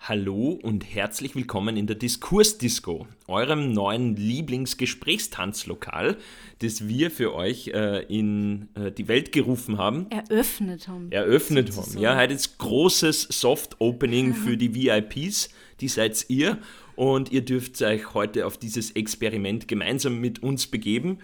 Hallo und herzlich willkommen in der Diskursdisco, eurem neuen Lieblingsgesprächstanzlokal, das wir für euch in die Welt gerufen haben. Eröffnet haben. Ja, heute ist großes Soft-Opening für die VIPs, die seid ihr. Und ihr dürft euch heute auf dieses Experiment gemeinsam mit uns begeben.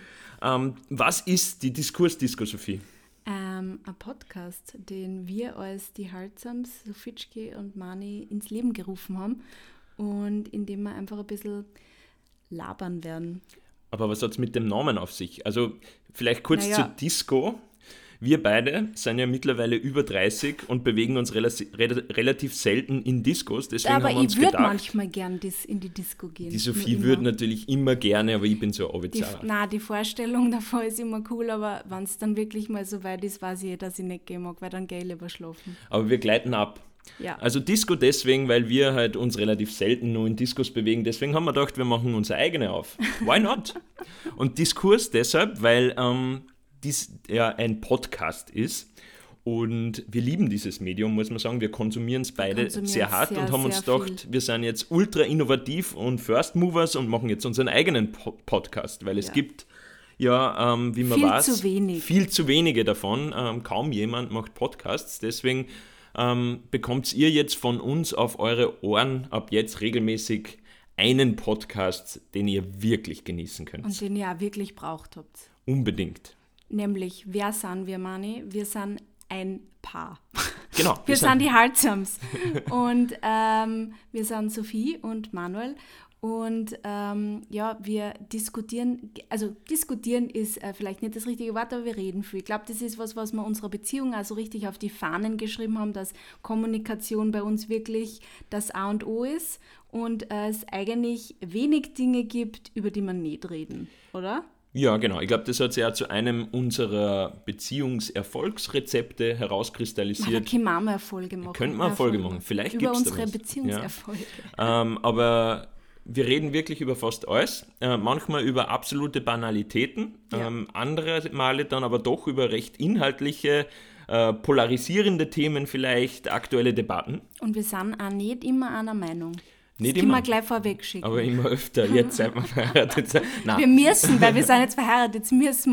Was ist die Diskursdisco, Sophie? Ein Podcast, den wir als die Haltsams, Sofitschke und Mani ins Leben gerufen haben und in dem wir einfach ein bisschen labern werden. Aber was hat es mit dem Namen auf sich? Also vielleicht kurz zur Disco. Wir beide sind ja mittlerweile über 30 und bewegen uns relativ selten in Diskos. Deswegen aber haben wir uns ich würde gedacht, manchmal gern in die Disco gehen. die Sophie würde natürlich immer gerne, aber ich bin so ein Oberzahler. Die Vorstellung davon ist immer cool, aber wenn es dann wirklich mal so weit ist, weiß ich, dass ich nicht gehen mag, weil dann gehe ich lieber schlafen. Aber wir gleiten ab. Ja. Also Disco deswegen, weil wir halt uns relativ selten nur in Diskos bewegen. Deswegen haben wir gedacht, wir machen unsere eigene auf. Why not? Und Diskurs deshalb, weil dies ja ein Podcast ist und wir lieben dieses Medium, muss man sagen. Wir konsumieren es beide sehr hart und haben uns gedacht, wir sind jetzt ultra innovativ und First Movers und machen jetzt unseren eigenen Podcast, weil es gibt ja, wie man weiß, viel zu wenige davon. Kaum jemand macht Podcasts, deswegen bekommt ihr jetzt von uns auf eure Ohren ab jetzt regelmäßig einen Podcast, den ihr wirklich genießen könnt. Und den ihr auch wirklich braucht habt. Unbedingt. Nämlich, wer sind wir, Mani? Wir sind ein Paar. Genau. Wir sind die Haltsams. Und wir sind Sophie und Manuel. Und wir diskutieren, also diskutieren ist vielleicht nicht das richtige Wort, aber wir reden viel. Ich glaube, das ist was wir unserer Beziehung also richtig auf die Fahnen geschrieben haben, dass Kommunikation bei uns wirklich das A und O ist und es eigentlich wenig Dinge gibt, über die man nicht reden, oder? Ja, genau. Ich glaube, das hat sich ja zu einem unserer Beziehungserfolgsrezepte herauskristallisiert. Da können wir auch mal Erfolge machen. Könnten wir Erfolge machen. Vielleicht gibt es über unsere Beziehungserfolge. Ja. Aber wir reden wirklich über fast alles. Manchmal über absolute Banalitäten. Andere Male dann aber doch über recht inhaltliche, polarisierende Themen vielleicht, aktuelle Debatten. Und wir sind auch nicht immer einer Meinung. Nicht das immer. Können wir gleich vorweg schicken. Aber immer öfter, jetzt seit wir verheiratet sind. Wir müssen, weil wir sind jetzt verheiratet, jetzt müssen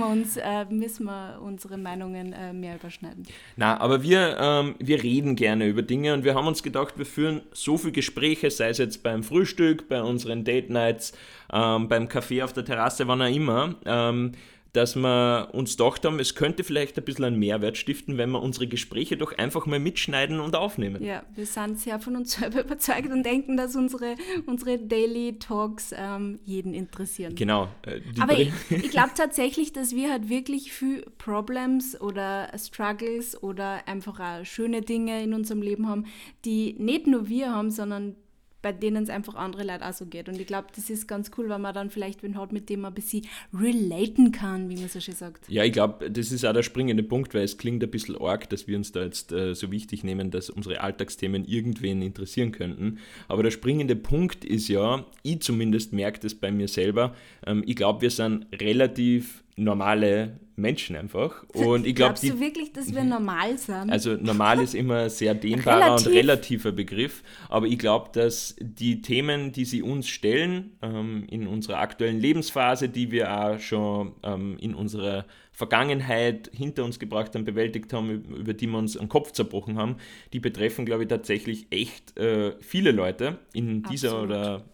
wir unsere Meinungen mehr überschneiden. Na, aber wir reden gerne über Dinge und wir haben uns gedacht, wir führen so viele Gespräche, sei es jetzt beim Frühstück, bei unseren Date Nights, beim Kaffee auf der Terrasse, wann auch immer, dass wir uns gedacht haben, es könnte vielleicht ein bisschen einen Mehrwert stiften, wenn wir unsere Gespräche doch einfach mal mitschneiden und aufnehmen. Ja, wir sind sehr von uns selber überzeugt und denken, dass unsere Daily Talks jeden interessieren. Genau. Aber ich glaube tatsächlich, dass wir halt wirklich viel Problems oder Struggles oder einfach auch schöne Dinge in unserem Leben haben, die nicht nur wir haben, sondern bei denen es einfach andere Leute auch so geht. Und ich glaube, das ist ganz cool, weil man dann vielleicht wen hat, mit dem man ein bisschen relaten kann, wie man so schön sagt. Ja, ich glaube, das ist auch der springende Punkt, weil es klingt ein bisschen arg, dass wir uns da jetzt so wichtig nehmen, dass unsere Alltagsthemen irgendwen interessieren könnten. Aber der springende Punkt ist ja, ich zumindest merke das bei mir selber, ich glaube, wir sind relativ normale Menschen einfach. Und ich glaubst du wirklich, dass wir normal sind? Also normal ist immer ein sehr dehnbarer und relativer Begriff, aber ich glaube, dass die Themen, die sie uns stellen, in unserer aktuellen Lebensphase, die wir auch schon in unserer Vergangenheit hinter uns gebracht haben, bewältigt haben, über die wir uns den Kopf zerbrochen haben, die betreffen, glaube ich, tatsächlich echt viele Leute in dieser oder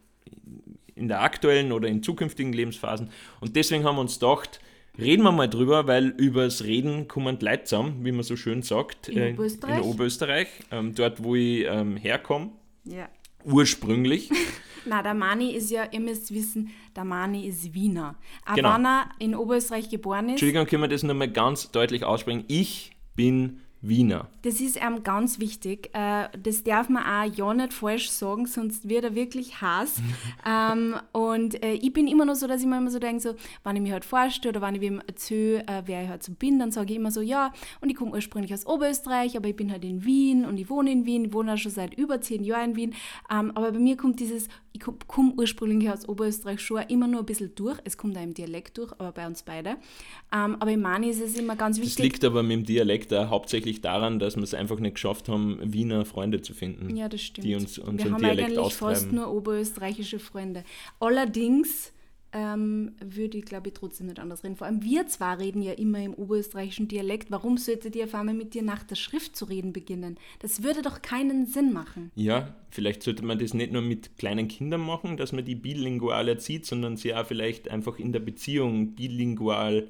in der aktuellen oder in zukünftigen Lebensphasen. Und deswegen haben wir uns gedacht, reden wir mal drüber, weil übers Reden kommen die Leute zusammen, wie man so schön sagt, in Oberösterreich, dort wo ich herkomme, ursprünglich. Na, der Mani ist ja, ihr müsst wissen, der Mani ist Wiener. Aber genau. Wenn er in Oberösterreich geboren ist... Entschuldigung, können wir das nochmal ganz deutlich aussprechen? Ich bin Wiener. Das ist ganz wichtig. Das darf man auch ja nicht falsch sagen, sonst wird er wirklich Hass. Und ich bin immer noch so, dass ich mir immer so denke, so, wenn ich mich halt vorstelle oder wenn ich wem erzähle, wer ich halt so bin, dann sage ich immer so, ja, und ich komme ursprünglich aus Oberösterreich, aber ich bin halt in Wien und ich wohne in Wien, ich wohne auch schon seit über 10 Jahren in Wien. Aber bei mir kommt dieses, ich komme ursprünglich aus Oberösterreich schon immer nur ein bisschen durch. Es kommt auch im Dialekt durch, aber bei uns beide. Aber im Mani ist es immer ganz wichtig. Das liegt aber mit dem Dialekt auch hauptsächlich hauptsächlich daran, dass wir es einfach nicht geschafft haben, Wiener Freunde zu finden, Ja, das stimmt. die unseren Wir haben Dialekt eigentlich fast austreiben. nur oberösterreichische Freunde. Allerdings würde ich, glaube ich, trotzdem nicht anders reden. Vor allem wir zwei reden ja immer im oberösterreichischen Dialekt. Warum sollte die auf einmal mit dir nach der Schrift zu reden beginnen? Das würde doch keinen Sinn machen. Ja, vielleicht sollte man das nicht nur mit kleinen Kindern machen, dass man die bilingual erzieht, sondern sie auch vielleicht einfach in der Beziehung bilingual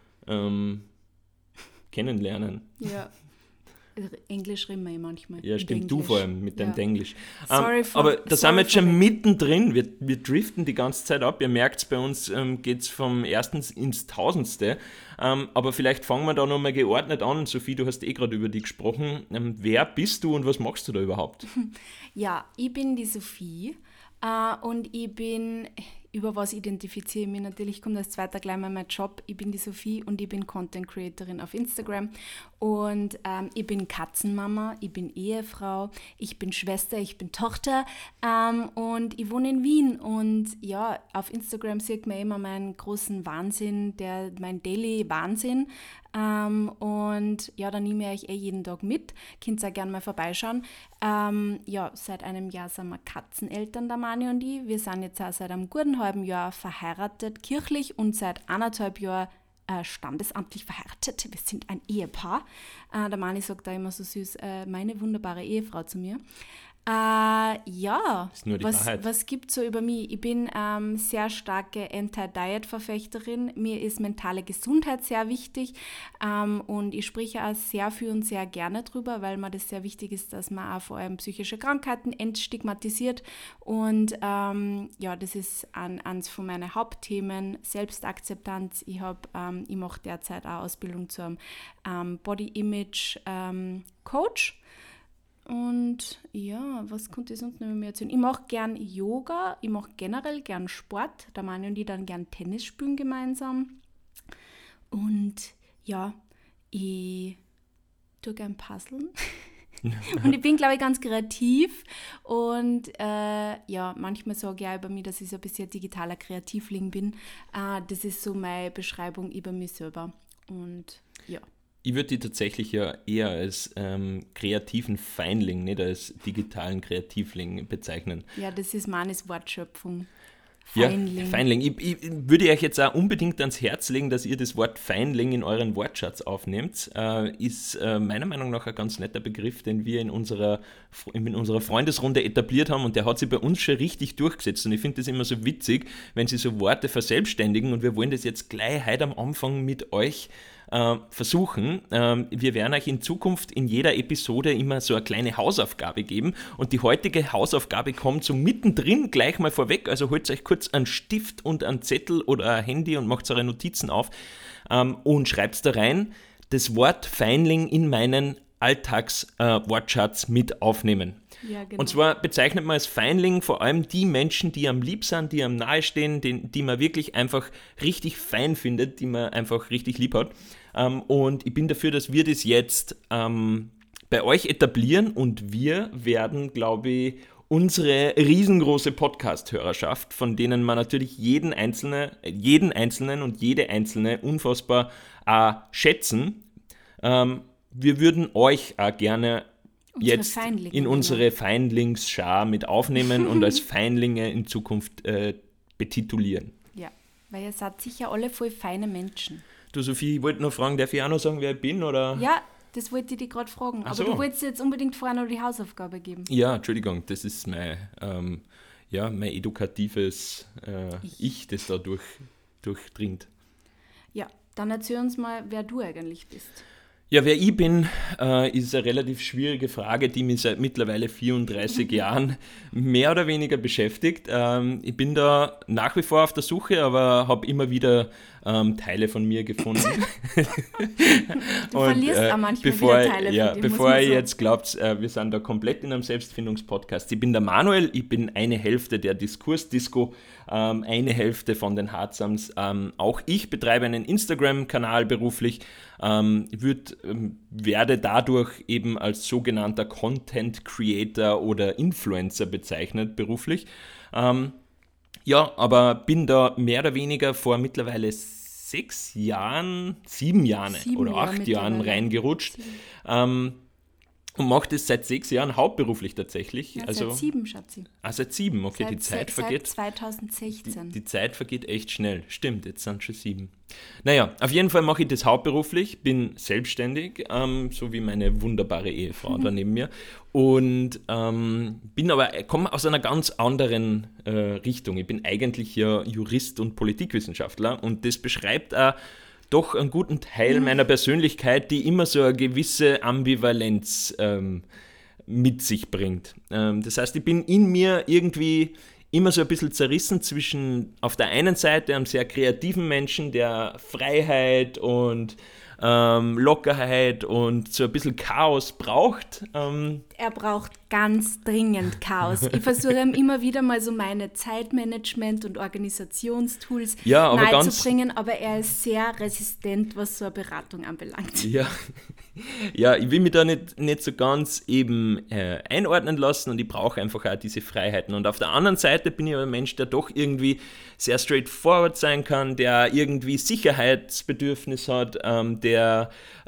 kennenlernen. Ja. Englisch reden wir ja manchmal. Ja, Mit stimmt, du Englisch. vor allem mit deinem Ja. Englisch. Sorry Da sind wir jetzt schon mittendrin, wir driften die ganze Zeit ab. Ihr merkt, bei uns geht es vom Ersten ins Tausendste. Aber vielleicht fangen wir da nochmal geordnet an. Sophie, du hast gerade über dich gesprochen. Wer bist du und was machst du da überhaupt? Ja, ich bin die Sophie und über was identifiziere ich mich natürlich, kommt als zweiter gleich mal mein Job. Ich bin die Sophie und ich bin Content Creatorin auf Instagram und ich bin Katzenmama, ich bin Ehefrau, ich bin Schwester, ich bin Tochter und ich wohne in Wien und ja, auf Instagram sieht man immer meinen großen Wahnsinn, mein Daily Wahnsinn. Und ja, da nehme ich euch jeden Tag mit. Könnt ihr auch gerne mal vorbeischauen. Ja, seit einem Jahr sind wir Katzeneltern, der Mani und ich. Wir sind jetzt auch seit einem guten halben Jahr verheiratet, kirchlich, und seit 1,5 Jahren standesamtlich verheiratet. Wir sind ein Ehepaar. Der Mani sagt da immer so süß, meine wunderbare Ehefrau zu mir. Ja, Ist nur die Wahrheit. was gibt es so über mich? Ich bin sehr starke Anti-Diet-Verfechterin. Mir ist mentale Gesundheit sehr wichtig und ich spreche auch sehr viel und sehr gerne drüber, weil mir das sehr wichtig ist, dass man auch vor allem psychische Krankheiten entstigmatisiert. Und ja, das ist eines von meinen Hauptthemen, Selbstakzeptanz. Ich mache derzeit auch Ausbildung zum Body-Image-Coach. Und ja, was konnte ich sonst noch mehr erzählen? Ich mache gern Yoga, ich mache generell gern Sport. Der Mann und ich dann gern Tennis spielen gemeinsam. Und ja, ich tue gern puzzeln. Und ich bin, glaube ich, ganz kreativ. Und ja, manchmal sage ich auch über mich, dass ich so ein bisschen digitaler Kreativling bin. Das ist so meine Beschreibung über mich selber. Und ja. Ich würde die tatsächlich ja eher als kreativen Feinling, nicht als digitalen Kreativling bezeichnen. Ja, das ist meine Wortschöpfung. Feinling. Ja, Feinling. Ich würde euch jetzt auch unbedingt ans Herz legen, dass ihr das Wort Feinling in euren Wortschatz aufnehmt. Ist meiner Meinung nach ein ganz netter Begriff, den wir in unserer Freundesrunde etabliert haben, und der hat sich bei uns schon richtig durchgesetzt. Und ich finde das immer so witzig, wenn sie so Worte verselbstständigen, und wir wollen das jetzt gleich heute am Anfang mit euch versuchen. Wir werden euch in Zukunft in jeder Episode immer so eine kleine Hausaufgabe geben, und die heutige Hausaufgabe kommt so mittendrin gleich mal vorweg, also holt euch kurz einen Stift und einen Zettel oder ein Handy und macht eure Notizen auf und schreibt da rein, das Wort Feinling in meinen Alltagswortschatz mit aufnehmen. Ja, genau. Und zwar bezeichnet man als Feinling vor allem die Menschen, die einem lieb sind, die einem nahestehen, die man wirklich einfach richtig fein findet, die man einfach richtig lieb hat. Und ich bin dafür, dass wir das jetzt bei euch etablieren, und wir werden, glaube ich, unsere riesengroße Podcast-Hörerschaft, von denen man natürlich jeden Einzelnen und jede Einzelne unfassbar schätzen, wir würden euch auch gerne jetzt in unsere Feinlingsschar mit aufnehmen und als Feinlinge in Zukunft betitulieren. Ja, weil ihr seid sicher alle voll feine Menschen. Du, Sophie, ich wollte noch fragen, darf ich auch noch sagen, wer ich bin? Oder? Ja, das wollte ich dich gerade fragen. Aber du wolltest jetzt unbedingt vorher noch die Hausaufgabe geben. Ja, Entschuldigung, das ist mein edukatives Ich, das da durchdringt. Ja, dann erzähl uns mal, wer du eigentlich bist. Ja, wer ich bin, ist eine relativ schwierige Frage, die mich seit mittlerweile 34 Jahren mehr oder weniger beschäftigt. Ich bin da nach wie vor auf der Suche, aber habe immer wieder Teile von mir gefunden. Du verlierst auch manchmal wieder Teile von dir. Bevor ihr jetzt glaubt, wir sind da komplett in einem Selbstfindungspodcast. Ich bin der Manuel, ich bin eine Hälfte der Diskursdisco, eine Hälfte von den Hardsams. Auch ich betreibe einen Instagram-Kanal beruflich, werde dadurch eben als sogenannter Content Creator oder Influencer bezeichnet beruflich. Ja, aber bin da mehr oder weniger vor mittlerweile 7 Jahren oder 8 Jahren mittlerweile. reingerutscht. Und mache das seit 6 Jahren hauptberuflich tatsächlich. Ja, Also, seit 7, Schatzi. seit 7, okay, die Zeit vergeht. Seit 2016. Die Zeit vergeht echt schnell. Stimmt, jetzt sind schon 7. Naja, auf jeden Fall mache ich das hauptberuflich, bin selbstständig, so wie meine wunderbare Ehefrau da neben mir. Und komme aus einer ganz anderen Richtung. Ich bin eigentlich ja Jurist und Politikwissenschaftler und das beschreibt auch doch einen guten Teil meiner Persönlichkeit, die immer so eine gewisse Ambivalenz mit sich bringt. Das heißt, ich bin in mir irgendwie immer so ein bisschen zerrissen zwischen auf der einen Seite einem sehr kreativen Menschen, der Freiheit und Lockerheit und so ein bisschen Chaos braucht. Er braucht ganz dringend Chaos. Ich versuche ihm immer wieder mal so meine Zeitmanagement- und Organisationstools nahezubringen, aber er ist sehr resistent, was so eine Beratung anbelangt. Ja, ich will mich da nicht so ganz eben einordnen lassen und ich brauche einfach auch diese Freiheiten. Und auf der anderen Seite bin ich aber ein Mensch, der doch irgendwie sehr straightforward sein kann, der irgendwie Sicherheitsbedürfnis hat, der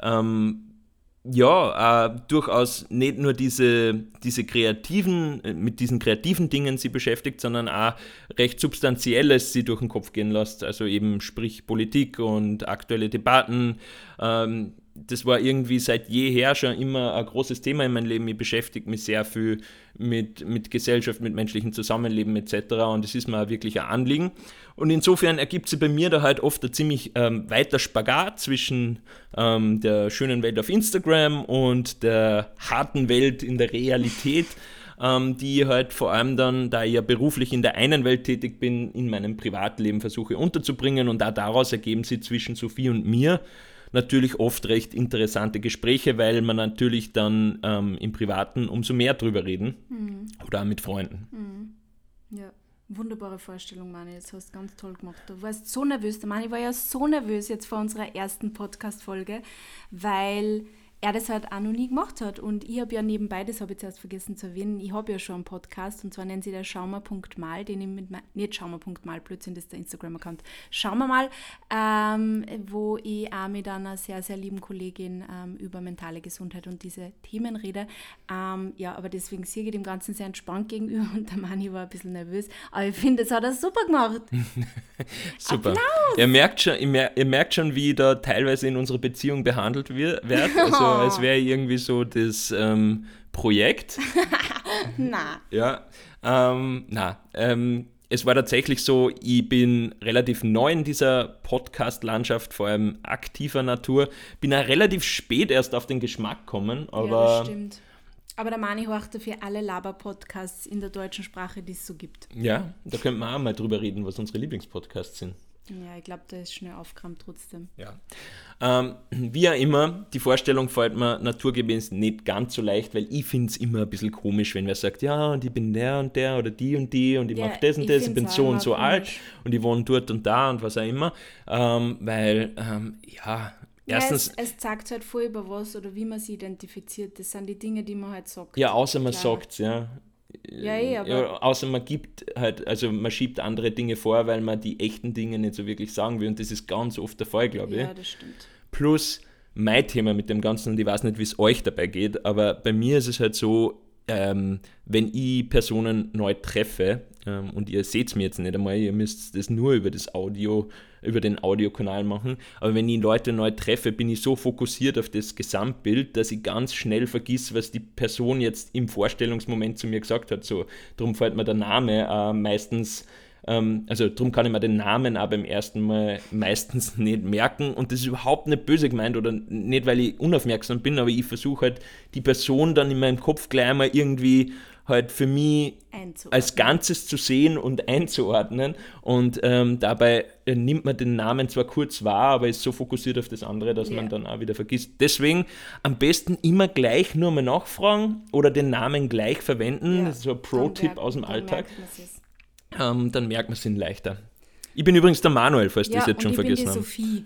durchaus nicht nur diese kreativen, mit diesen kreativen Dingen sie beschäftigt, sondern auch recht Substanzielles sie durch den Kopf gehen lässt. Also eben sprich Politik und aktuelle Debatten. Das war irgendwie seit jeher schon immer ein großes Thema in meinem Leben. Ich beschäftige mich sehr viel mit Gesellschaft, mit menschlichem Zusammenleben etc. Und es ist mir auch wirklich ein Anliegen. Und insofern ergibt sich bei mir da halt oft ein ziemlich weiter Spagat zwischen der schönen Welt auf Instagram und der harten Welt in der Realität, die halt vor allem dann, da ich ja beruflich in der einen Welt tätig bin, in meinem Privatleben versuche unterzubringen. Und auch daraus ergeben sich zwischen Sophie und mir natürlich oft recht interessante Gespräche, weil man natürlich dann im Privaten umso mehr drüber reden oder auch mit Freunden. Ja, wunderbare Vorstellung, Mani. Das hast du ganz toll gemacht. Du warst so nervös. Der Mani war ja so nervös jetzt vor unserer ersten Podcast-Folge, weil er das halt auch noch nie gemacht hat. Und ich habe ja nebenbei, das habe ich zuerst vergessen zu erwähnen, ich habe ja schon einen Podcast und zwar nennt sich der Schaumer.mal, den ich nicht Schaumer.mal, Blödsinn, das ist der Instagram-Account, Schauen wir mal, wo ich auch mit einer sehr, sehr lieben Kollegin über mentale Gesundheit und diese Themen rede. Aber deswegen sehe ich dem Ganzen sehr entspannt gegenüber und der Mani war ein bisschen nervös. Aber ich finde, das hat er super gemacht. Super. Applaus! Ihr merkt schon, wie da teilweise in unserer Beziehung behandelt wird. Also es wäre irgendwie so das Projekt. Na. Ja. Es war tatsächlich so, ich bin relativ neu in dieser Podcast-Landschaft, vor allem aktiver Natur. Bin auch relativ spät erst auf den Geschmack gekommen. Aber ja, das stimmt. Aber der Mani horcht dafür alle Laber-Podcasts in der deutschen Sprache, die es so gibt. Ja, da könnten wir auch mal drüber reden, was unsere Lieblingspodcasts sind. Ja, ich glaube, da ist schnell aufgekramt trotzdem. Ja. Wie auch immer, die Vorstellung fällt mir naturgemäß nicht ganz so leicht, weil ich finde es immer ein bisschen komisch, wenn wer sagt, ja, und ich bin der und der oder die und die und ich mache das und das, ich bin so und so alt und ich wohne dort und da und was auch immer. Erstens, es sagt halt voll über was oder wie man sie identifiziert. Das sind die Dinge, die man halt sagt. Ja, außer man sagt es, ja. Aber außer man gibt halt, also man schiebt andere Dinge vor, weil man die echten Dinge nicht so wirklich sagen will und das ist ganz oft der Fall, glaube ich. Ja, das stimmt. Plus mein Thema mit dem Ganzen, und ich weiß nicht, wie es euch dabei geht, aber bei mir ist es halt so, wenn ich Personen neu treffe, und ihr seht es mir jetzt nicht einmal, ihr müsst das nur über den Audiokanal machen, aber wenn ich Leute neu treffe, bin ich so fokussiert auf das Gesamtbild, dass ich ganz schnell vergiss, was die Person jetzt im Vorstellungsmoment zu mir gesagt hat. So, darum fällt mir der Name meistens, darum kann ich mir den Namen auch beim ersten Mal meistens nicht merken und das ist überhaupt nicht böse gemeint oder nicht, weil ich unaufmerksam bin, aber ich versuche halt die Person dann in meinem Kopf gleich mal irgendwie halt für mich als Ganzes zu sehen und einzuordnen und dabei nimmt man den Namen zwar kurz wahr, aber ist so fokussiert auf das andere, dass man dann auch wieder vergisst. Deswegen am besten immer gleich nur mal nachfragen oder den Namen gleich verwenden, das ist so ein Pro-Tipp aus dem Alltag. Dann merkt man es leichter. Ich bin übrigens der Manuel, falls du das jetzt schon vergessen hast. Ich bin die Sophie.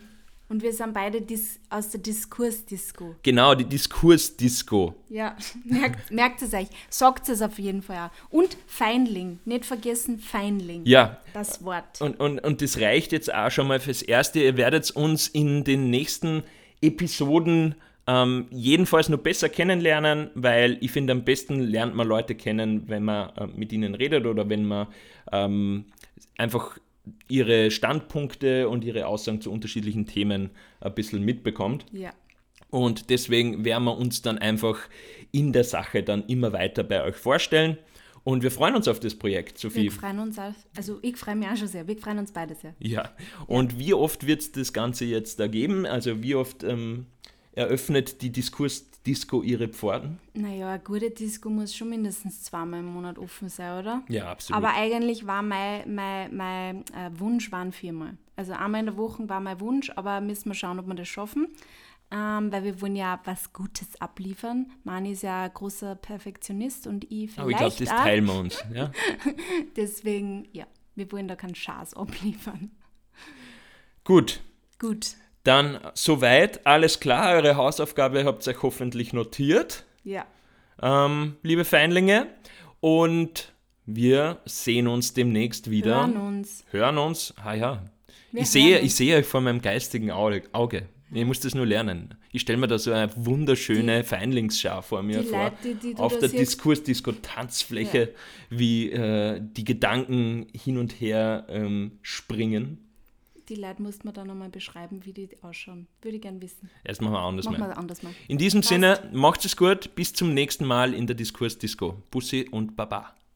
Und wir sind beide aus der Diskursdisco. Genau, die Diskursdisco. Ja, merkt es euch. Sagt es auf jeden Fall auch. Und Feinling. Nicht vergessen, Feinling. Ja. Das Wort. Und das reicht jetzt auch schon mal fürs Erste. Ihr werdet uns in den nächsten Episoden jedenfalls noch besser kennenlernen, weil ich finde, am besten lernt man Leute kennen, wenn man mit ihnen redet oder wenn man einfach ihre Standpunkte und ihre Aussagen zu unterschiedlichen Themen ein bisschen mitbekommt. Ja. Und deswegen werden wir uns dann einfach in der Sache dann immer weiter bei euch vorstellen. Und wir freuen uns auf das Projekt, Sophie. Wir freuen uns auch, also ich freue mich auch schon sehr, wir freuen uns beide sehr. Ja, und wie oft wird es das Ganze jetzt da geben? Also wie oft eröffnet die Diskursdisco ihre Pforten? Naja, eine gute Disco muss schon mindestens 2-mal im Monat offen sein, oder? Ja, absolut. Aber eigentlich war mein Wunsch waren 4-mal. Also einmal in der Woche war mein Wunsch, aber müssen wir schauen, ob wir das schaffen. Weil wir wollen ja was Gutes abliefern. Mani ist ja ein großer Perfektionist und ich vielleicht aber ich glaube, das auch. teilen wir uns. Ja? Deswegen, ja, wir wollen da keinen Schaß abliefern. Gut. Dann soweit, alles klar, eure Hausaufgabe habt ihr euch hoffentlich notiert. Ja. Liebe Feinlinge, und wir sehen uns demnächst wieder. Hören uns. Ah ja. Ich sehe euch vor meinem geistigen Auge. Ich muss das nur lernen. Ich stelle mir da so eine wunderschöne Feinlingsschar vor mir vor. Leute, die auf der Diskursdisco-Tanzfläche, wie die Gedanken hin und her springen. Die Leute mussten wir dann nochmal beschreiben, wie die ausschauen. Würde ich gerne wissen. Erst machen wir anders mal. In diesem Passt. Sinne, macht es gut. Bis zum nächsten Mal in der Diskursdisco. Bussi und Baba.